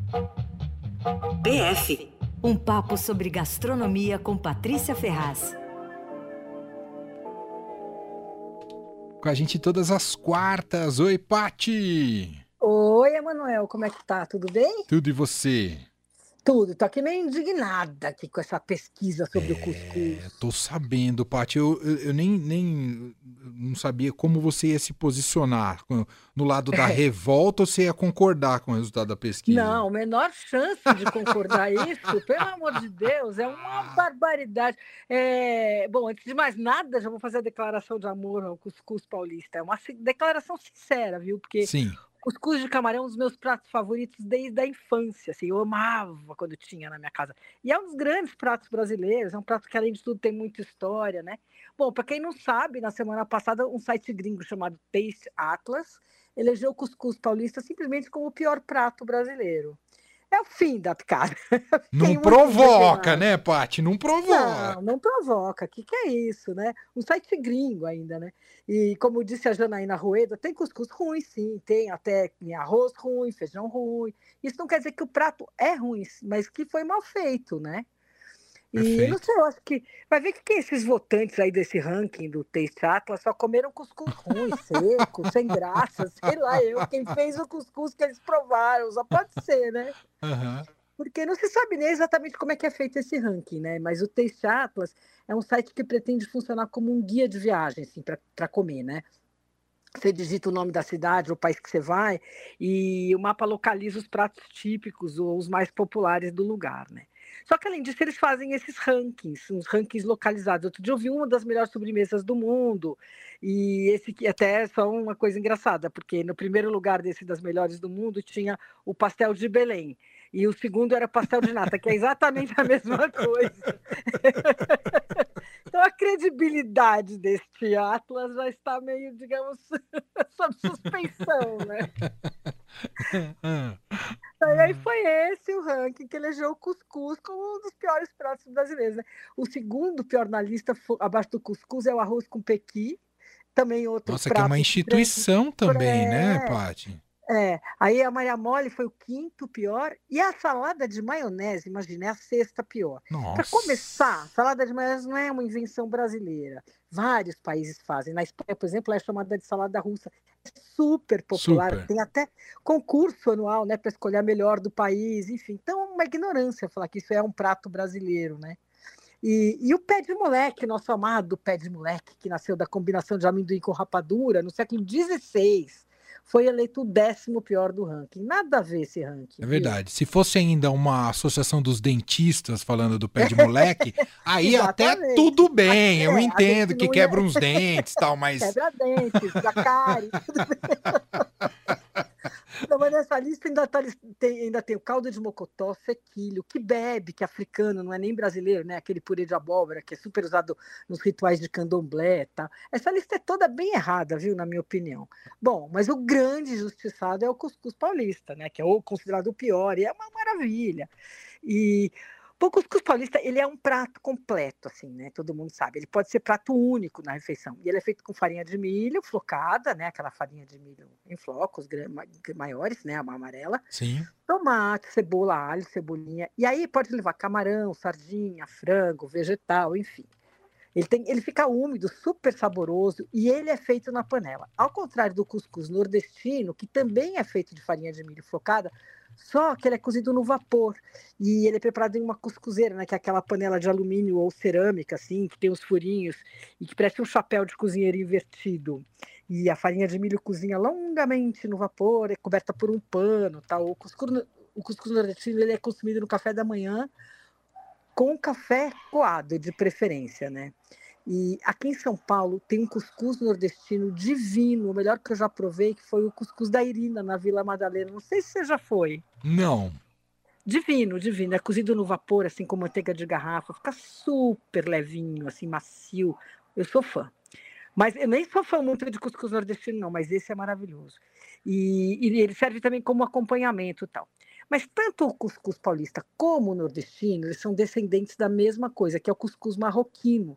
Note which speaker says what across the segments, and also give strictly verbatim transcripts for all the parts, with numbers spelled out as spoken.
Speaker 1: P F.
Speaker 2: Um papo sobre gastronomia com Patrícia Ferraz.
Speaker 3: Com a gente todas as quartas. Oi, Pati!
Speaker 4: Oi, Emanuel, como é que tá? Tudo bem?
Speaker 3: Tudo e você?
Speaker 4: Tudo. Tô aqui meio indignada aqui com essa pesquisa sobre o
Speaker 3: É,
Speaker 4: cuscuz.
Speaker 3: tô sabendo, Pati. Eu, eu, eu nem, nem não sabia como você ia se posicionar com- no lado da revolta ou você ia concordar com o resultado da pesquisa.
Speaker 4: Não, menor chance de concordar isso, pelo amor de Deus, é uma barbaridade. É, Bom, antes de mais nada, já vou fazer a declaração de amor ao cuscuz paulista. É uma si- declaração sincera, viu? Porque
Speaker 3: Sim.
Speaker 4: cuscuz de camarão é um dos meus pratos favoritos desde a infância, assim, eu amava quando tinha na minha casa. E é um dos grandes pratos brasileiros, é um prato que, além de tudo, tem muita história, né? Bom, para quem não sabe, na semana passada, um site gringo chamado Taste Atlas elegeu o cuscuz paulista simplesmente como o pior prato brasileiro. É o fim da picada.
Speaker 3: Não
Speaker 4: Fiquei muito
Speaker 3: provoca,
Speaker 4: indignada.
Speaker 3: né, Pati? Não provoca.
Speaker 4: Não, não provoca. O que, que é isso, né? Um site gringo ainda, né? E como disse a Janaína Rueda, tem cuscuz ruim, sim. Tem até arroz ruim, feijão ruim. Isso não quer dizer que o prato é ruim, mas que foi mal feito, né? E não
Speaker 3: Perfeito.
Speaker 4: sei, eu acho que. Vai ver que, que esses votantes aí desse ranking do Taste Atlas só comeram cuscuz ruim, seco, sem graça, sei lá eu. Quem fez o cuscuz que eles provaram, só pode ser, né?
Speaker 3: Aham.
Speaker 4: Porque não se sabe nem exatamente como é que é feito esse ranking, né? Mas o Taste Atlas é um site que pretende funcionar como um guia de viagem, assim, para comer, né? Você digita o nome da cidade, o país que você vai, e o mapa localiza os pratos típicos ou os mais populares do lugar, né? Só que, além disso, eles fazem esses rankings, uns rankings localizados. Outro dia eu vi uma das melhores sobremesas do mundo, e esse aqui até é só uma coisa engraçada, porque no primeiro lugar desse das melhores do mundo tinha o pastel de Belém, e o segundo era pastel de nata, que é exatamente a mesma coisa. Então, a credibilidade deste Atlas já está meio, digamos, sob suspeição, né?
Speaker 3: Ah,
Speaker 4: E aí foi esse o ranking que elegeu o cuscuz como um dos piores pratos brasileiros, né? O segundo pior na lista, fo- abaixo do cuscuz, é o arroz com pequi, também outro
Speaker 3: Nossa, que é uma
Speaker 4: prato extremo.
Speaker 3: instituição também, né,
Speaker 4: É,
Speaker 3: Pati?
Speaker 4: é. Aí a Maria Mole foi o quinto pior, e a salada de maionese, imagina, é a sexta pior. Para começar,
Speaker 3: Nossa.
Speaker 4: salada de maionese não é uma invenção brasileira. Vários países fazem. Na Espanha, por exemplo, é chamada de salada russa. É super popular,
Speaker 3: Super.
Speaker 4: tem até concurso anual, né, para escolher a melhor do país, enfim. Então, é uma ignorância falar que isso é um prato brasileiro, né? E, e o pé de moleque, nosso amado pé de moleque, que nasceu da combinação de amendoim com rapadura, no século dezesseis, foi eleito o décimo pior do ranking. Nada a ver esse ranking,
Speaker 3: É
Speaker 4: viu?
Speaker 3: verdade. Se fosse ainda uma associação dos dentistas falando do pé de moleque, aí até
Speaker 4: Exatamente.
Speaker 3: tudo
Speaker 4: A,
Speaker 3: bem. Eu
Speaker 4: é, a
Speaker 3: entendo
Speaker 4: gente
Speaker 3: que
Speaker 4: não ia.
Speaker 3: quebra uns dentes e tal, mas.
Speaker 4: Quebra-dentes, da cárie. Não, mas nessa lista ainda, tá, tem, ainda tem o caldo de mocotó, sequilho, que bebe, que é africano, não é nem brasileiro, né? Aquele purê de abóbora que é super usado nos rituais de candomblé, tá? Essa lista é toda bem errada, viu, na minha opinião. Bom, mas o grande injustiçado é o cuscuz paulista, né? Que é o considerado o pior, e é uma maravilha. E o cuscuz paulista, ele é um prato completo, assim, né? Todo mundo sabe. Ele pode ser prato único na refeição. E ele é feito com farinha de milho flocada, né? Aquela farinha de milho em flocos maiores, né? A amarela.
Speaker 3: Sim.
Speaker 4: Tomate, cebola, alho, cebolinha. E aí pode levar camarão, sardinha, frango, vegetal, enfim. Ele, tem, ele fica úmido, super saboroso, e ele é feito na panela. Ao contrário do cuscuz nordestino, que também é feito de farinha de milho flocada, só que ele é cozido no vapor. E ele é preparado em uma cuscuzeira, né, que é aquela panela de alumínio ou cerâmica, assim, que tem os furinhos, e que parece um chapéu de cozinheiro invertido. E a farinha de milho cozinha longamente no vapor, é coberta por um pano. Tá? O cuscuz, o cuscuz nordestino ele é consumido no café da manhã, com café coado, de preferência, né? E aqui em São Paulo tem um cuscuz nordestino divino, o melhor que eu já provei, que foi o cuscuz da Irina, na Vila Madalena. Não sei se você já foi.
Speaker 3: Não.
Speaker 4: Divino, divino. É cozido no vapor, assim, com manteiga de garrafa. Fica super levinho, assim, macio. Eu sou fã. Mas eu nem sou fã muito de cuscuz nordestino, não, mas esse é maravilhoso. E, e ele serve também como acompanhamento e tal. Mas tanto o cuscuz paulista como o nordestino, eles são descendentes da mesma coisa, que é o cuscuz marroquino,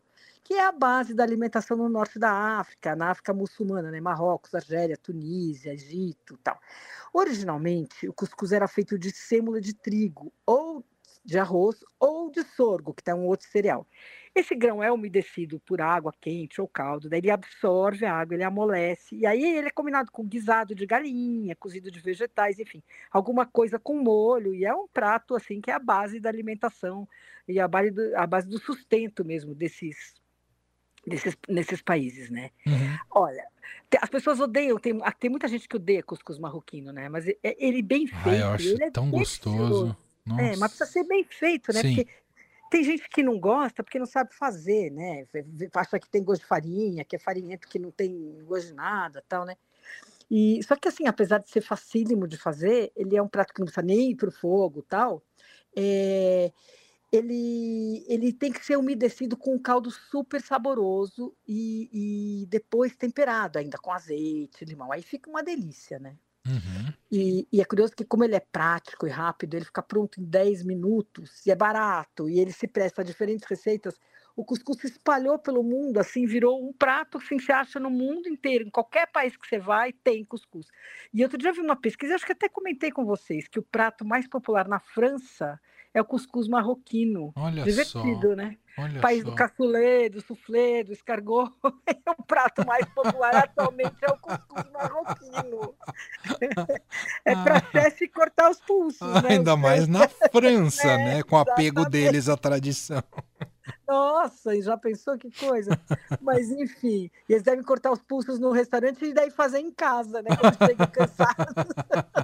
Speaker 4: que é a base da alimentação no norte da África, na África muçulmana, né? Marrocos, Argélia, Tunísia, Egito, tal. Originalmente, o cuscuz era feito de sêmola de trigo, ou de arroz, ou de sorgo, que é um outro cereal. Esse grão é umedecido por água quente ou caldo, daí ele absorve a água, ele amolece, e aí ele é combinado com guisado de galinha, cozido de vegetais, enfim, alguma coisa com molho, e é um prato assim que é a base da alimentação e a base do, a base do sustento mesmo desses, desses nesses países, né?
Speaker 3: Uhum.
Speaker 4: Olha, as pessoas odeiam, tem, tem muita gente que odeia cuscuz marroquino, né? Mas ele bem feito,
Speaker 3: Ah, eu acho
Speaker 4: ele é
Speaker 3: tão gostoso. Nossa.
Speaker 4: É, mas precisa ser bem feito, né?
Speaker 3: Sim.
Speaker 4: Porque tem gente que não gosta porque não sabe fazer, né? Acha que tem gosto de farinha, que é farinhento, que não tem gosto de nada, tal, né? E só que assim, apesar de ser facílimo de fazer, ele é um prato que não precisa nem ir para o fogo, tal. É, ele, ele tem que ser umedecido com um caldo super saboroso e, e depois temperado ainda com azeite, limão. Aí fica uma delícia, né?
Speaker 3: Uhum.
Speaker 4: E, e é curioso que, como ele é prático e rápido, ele fica pronto em dez minutos, e é barato, e ele se presta a diferentes receitas. O cuscuz se espalhou pelo mundo, assim, virou um prato que assim, se acha no mundo inteiro. Em qualquer país que você vai, tem cuscuz. E outro dia eu vi uma pesquisa, acho que até comentei com vocês, que o prato mais popular na França é o cuscuz marroquino.
Speaker 3: Olha
Speaker 4: Divertido,
Speaker 3: só.
Speaker 4: né?
Speaker 3: Olha
Speaker 4: País
Speaker 3: só.
Speaker 4: do cassoulet, do soufflé, do escargot. É o prato mais popular atualmente, é o cuscuz marroquino. É para
Speaker 3: Ah,
Speaker 4: chefe cortar os pulsos, né?
Speaker 3: ainda mais na França,
Speaker 4: né?
Speaker 3: né? Com o apego
Speaker 4: Exatamente.
Speaker 3: deles à tradição.
Speaker 4: Nossa, e já pensou que coisa? Mas enfim, e eles devem cortar os pulsos no restaurante e daí fazer em casa, né? Quando chegam cansados.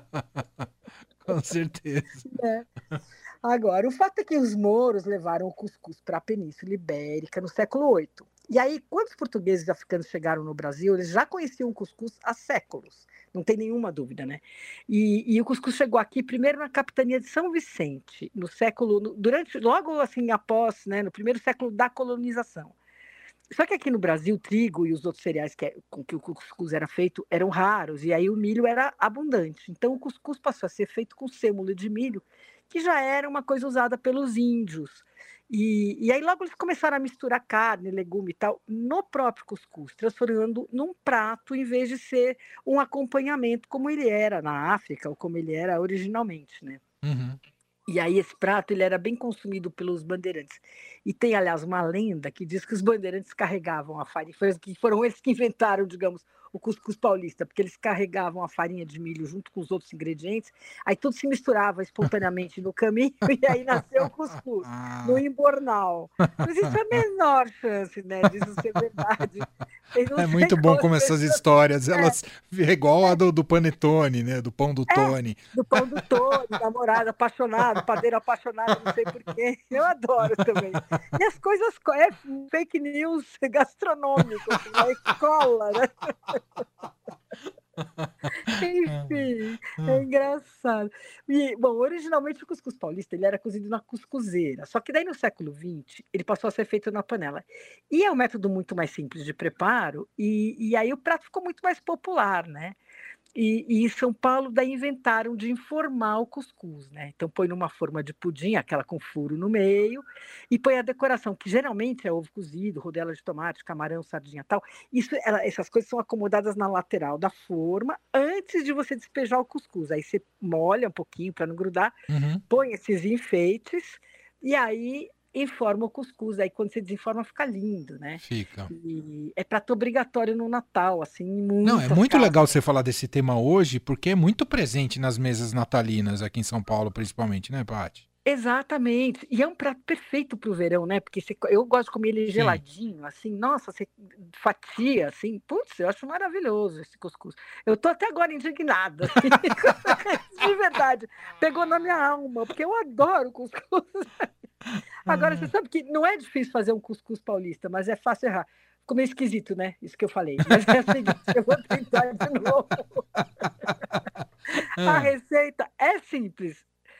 Speaker 3: Com certeza.
Speaker 4: Né? Agora, o fato é que os mouros levaram o cuscuz para a Península Ibérica no século oito. E aí, quando os portugueses e africanos chegaram no Brasil, eles já conheciam o cuscuz há séculos. Não tem nenhuma dúvida, né? E, e o cuscuz chegou aqui primeiro na capitania de São Vicente, no século, no, durante, logo assim após, né, no primeiro século da colonização. Só que aqui no Brasil, o trigo e os outros cereais que, com que o cuscuz era feito eram raros, e aí o milho era abundante. Então o cuscuz passou a ser feito com sêmola de milho, que já era uma coisa usada pelos índios. E, e aí logo eles começaram a misturar carne, legume e tal, no próprio cuscuz, transformando num prato em vez de ser um acompanhamento como ele era na África, ou como ele era originalmente, né?
Speaker 3: Uhum.
Speaker 4: E aí esse prato ele era bem consumido pelos bandeirantes. E tem, aliás, uma lenda que diz que os bandeirantes carregavam a farinha, que foram eles que inventaram, digamos, o cuscuz paulista, porque eles carregavam a farinha de milho junto com os outros ingredientes, aí tudo se misturava espontaneamente no caminho e aí nasceu o cuscuz, no embornal. Mas isso é a menor chance, né, disso ser verdade.
Speaker 3: É muito bom como essas histórias, elas é igual a do, do panetone, né, do pão do
Speaker 4: é,
Speaker 3: Tony.
Speaker 4: Do pão do Tony, namorado apaixonado, padeiro apaixonado, não sei porquê. Eu adoro também. E as coisas, é fake news gastronômico, assim, na escola, né? Enfim, é engraçado. E, bom, originalmente o cuscuz paulista ele era cozido na cuscuzeira, só que daí no século vinte ele passou a ser feito na panela. E é um método muito mais simples de preparo, e, e aí o prato ficou muito mais popular, né? E, e em São Paulo daí inventaram de enformar o cuscuz, né? Então põe numa forma de pudim, aquela com furo no meio, e põe a decoração, que geralmente é ovo cozido, rodela de tomate, camarão, sardinha e tal. Isso, ela, essas coisas são acomodadas na lateral da forma antes de você despejar o cuscuz. Aí você molha um pouquinho para não grudar,
Speaker 3: Uhum.
Speaker 4: põe esses enfeites e aí informa o cuscuz. Aí quando você desenforma fica lindo, né?
Speaker 3: Fica.
Speaker 4: E é prato obrigatório no Natal, assim, em
Speaker 3: Não, é
Speaker 4: muitas
Speaker 3: muito
Speaker 4: casas.
Speaker 3: legal você falar desse tema hoje, porque é muito presente nas mesas natalinas aqui em São Paulo, principalmente, né, Paty?
Speaker 4: Exatamente. E é um prato perfeito para o verão, né? Porque você, eu gosto de comer ele
Speaker 3: Sim.
Speaker 4: geladinho, assim, nossa, você fatia, assim, putz, eu acho maravilhoso esse cuscuz. Eu tô até agora indignada, assim, de verdade. Pegou na minha alma, porque eu adoro cuscuz. Agora, você sabe que não é difícil fazer um cuscuz paulista, mas é fácil errar. Ficou meio esquisito, né? Isso que eu falei. Mas é o seguinte, eu vou tentar de novo. A receita é simples.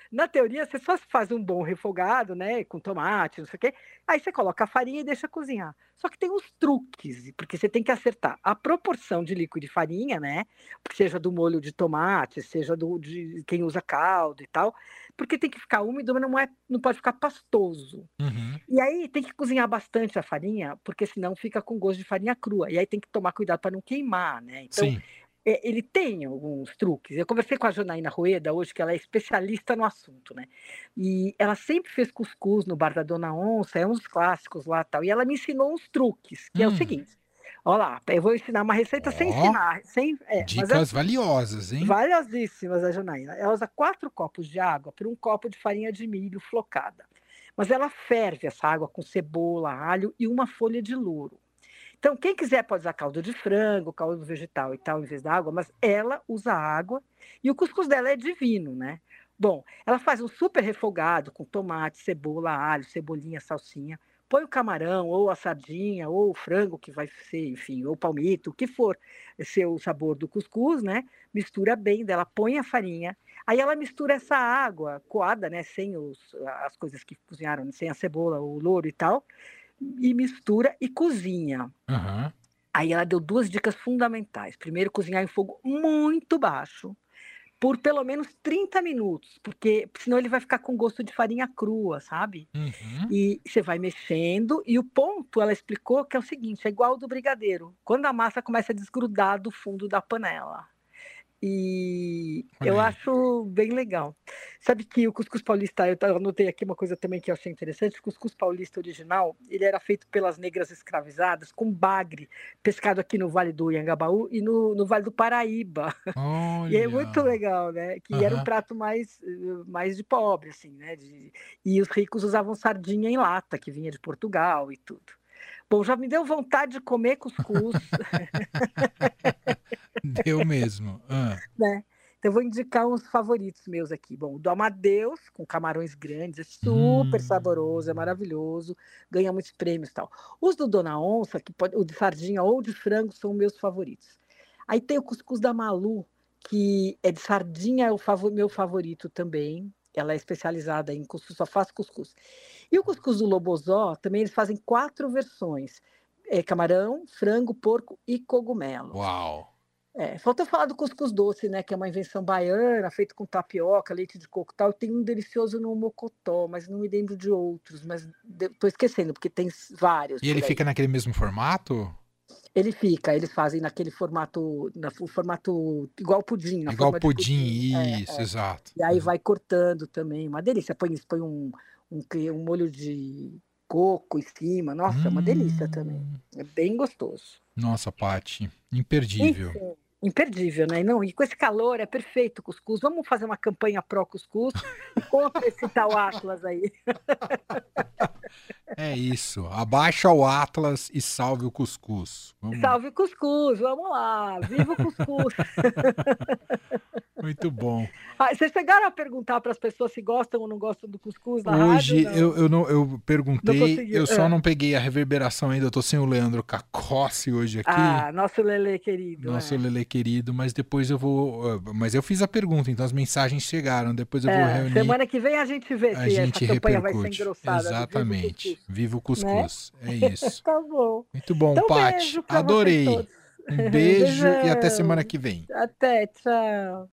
Speaker 4: Na teoria, você só faz um bom refogado, né, com tomate, não sei o quê, aí você coloca a farinha e deixa cozinhar. Só que tem uns truques, porque você tem que acertar a proporção de líquido de farinha, né, seja do molho de tomate, seja do de quem usa caldo e tal, porque tem que ficar úmido, mas não é não pode ficar pastoso.
Speaker 3: Uhum.
Speaker 4: E aí tem que cozinhar bastante a farinha, porque senão fica com gosto de farinha crua, e aí tem que tomar cuidado para não queimar, né. Então,
Speaker 3: Sim.
Speaker 4: eh, ele tem alguns truques. Eu conversei com a Janaína Rueda hoje, que ela é especialista no assunto, né, e ela sempre fez cuscuz no bar da Dona Onça, é um dos clássicos lá, tal, e ela me ensinou uns truques, que é o
Speaker 3: Hum.
Speaker 4: seguinte, ó lá, eu vou ensinar uma receita sem
Speaker 3: Ó,
Speaker 4: ensinar, sem é, mas é
Speaker 3: dicas
Speaker 4: assim,
Speaker 3: valiosas, hein?
Speaker 4: valiosíssimas a Janaína. Ela usa quatro copos de água por um copo de farinha de milho flocada, mas ela ferve essa água com cebola, alho e uma folha de louro. Então, quem quiser pode usar caldo de frango, caldo vegetal e tal, em vez da água, mas ela usa água e o cuscuz dela é divino, né. Bom, ela faz um super refogado com tomate, cebola, alho, cebolinha, salsinha, põe o camarão ou a sardinha ou o frango que vai ser, enfim, ou palmito, o que for ser o sabor do cuscuz, né, mistura bem, daí ela põe a farinha, aí ela mistura essa água coada, né, sem os as coisas que cozinharam, sem a cebola, o louro e tal, e mistura e cozinha.
Speaker 3: Aham.
Speaker 4: Aí ela deu duas dicas fundamentais. Primeiro, cozinhar em fogo muito baixo, por pelo menos trinta minutos, porque senão ele vai ficar com gosto de farinha crua, sabe.
Speaker 3: Uhum.
Speaker 4: E você vai mexendo, e o ponto, ela explicou, que é o seguinte, é igual ao do brigadeiro, quando a massa começa a desgrudar do fundo da panela. E
Speaker 3: Olha
Speaker 4: eu
Speaker 3: aí.
Speaker 4: acho bem legal. Sabe que o cuscuz paulista, eu ta- eu anotei aqui uma coisa também que eu achei interessante, o cuscuz paulista original, ele era feito pelas negras escravizadas com bagre, pescado aqui no Vale do Iangabaú e no, no Vale do Paraíba. E é muito
Speaker 3: Olha.
Speaker 4: legal, né? Que era um
Speaker 3: Aham.
Speaker 4: prato mais, eh, mais de pobre, assim, né? De- E os ricos usavam sardinha em lata, que vinha de Portugal e tudo. Bom, já me deu vontade de comer cuscuz,
Speaker 3: Deu mesmo. Hã.
Speaker 4: né. Então eu vou indicar uns favoritos meus aqui. Bom, o do Amadeus, com camarões grandes, é super saboroso, é
Speaker 3: Hum.
Speaker 4: maravilhoso, ganha muitos prêmios e tal. Os do Dona Onça, que pode o de sardinha ou de frango, são meus favoritos. Aí tem o cuscuz da Malu, que é de sardinha, é o favo meu favorito também, ela é especializada em cuscuz, só faz cuscuz. E o cuscuz do Lobozó, também eles fazem quatro versões, eh, camarão, frango, porco e cogumelo.
Speaker 3: Uau.
Speaker 4: É, faltou falar do cuscuz doce, né, que é uma invenção baiana, feito com tapioca, leite de coco e tal. Tem um delicioso no mocotó, mas não me lembro de outros, mas de tô esquecendo, porque tem s vários
Speaker 3: E ele
Speaker 4: por aí.
Speaker 3: fica naquele mesmo formato?
Speaker 4: Ele fica, eles fazem naquele formato, na o formato igual pudim, na
Speaker 3: Igual
Speaker 4: forma de
Speaker 3: pudim,
Speaker 4: pudim. É,
Speaker 3: isso,
Speaker 4: é.
Speaker 3: exato.
Speaker 4: E aí
Speaker 3: Exa
Speaker 4: vai cortando também, uma delícia. Põe põe um um cre um molho de coco em cima, nossa, é uma delícia também.
Speaker 3: Hum.
Speaker 4: É bem gostoso.
Speaker 3: Nossa, Paty, imperdível.
Speaker 4: Enfim, imperdível, né. E não, e com esse calor é perfeito o cuscuz. Vamos fazer uma campanha pró cuscuz e contra esse tal Atlas aí.
Speaker 3: É isso, abaixa o Atlas e salve o cuscuz. Vamos
Speaker 4: Salve o cuscuz, vamos lá, viva o cuscuz.
Speaker 3: muito bom.
Speaker 4: Ah, vocês chegaram a perguntar para as pessoas se gostam ou não gostam do cuscuz na rádio ou
Speaker 3: Hoje eu
Speaker 4: não?
Speaker 3: eu não eu
Speaker 4: Não
Speaker 3: perguntei,
Speaker 4: conseguiu.
Speaker 3: eu só
Speaker 4: Hã.
Speaker 3: não peguei a reverberação ainda, eu tô sem o Leandro Cacossi hoje aqui,
Speaker 4: Ah, nosso Lelê querido,
Speaker 3: nosso
Speaker 4: é.
Speaker 3: Lelê querido, mas depois eu vou hã, mas eu fiz a pergunta, então as mensagens chegaram, depois eu vou
Speaker 4: É,
Speaker 3: reunir,
Speaker 4: semana que vem a gente vê
Speaker 3: a
Speaker 4: se essa
Speaker 3: gente
Speaker 4: campanha vai ser
Speaker 3: repercute.
Speaker 4: engrossada do Viva o
Speaker 3: Exatamente,
Speaker 4: Cuscuz,
Speaker 3: viva o
Speaker 4: né.
Speaker 3: cuscuz, é isso.
Speaker 4: Tá bom.
Speaker 3: Muito bom,
Speaker 4: Então
Speaker 3: Paty,
Speaker 4: beijo para vocês
Speaker 3: adorei.
Speaker 4: todos.
Speaker 3: Um beijo e até semana
Speaker 4: Beijão.
Speaker 3: que vem.
Speaker 4: Até, tchau.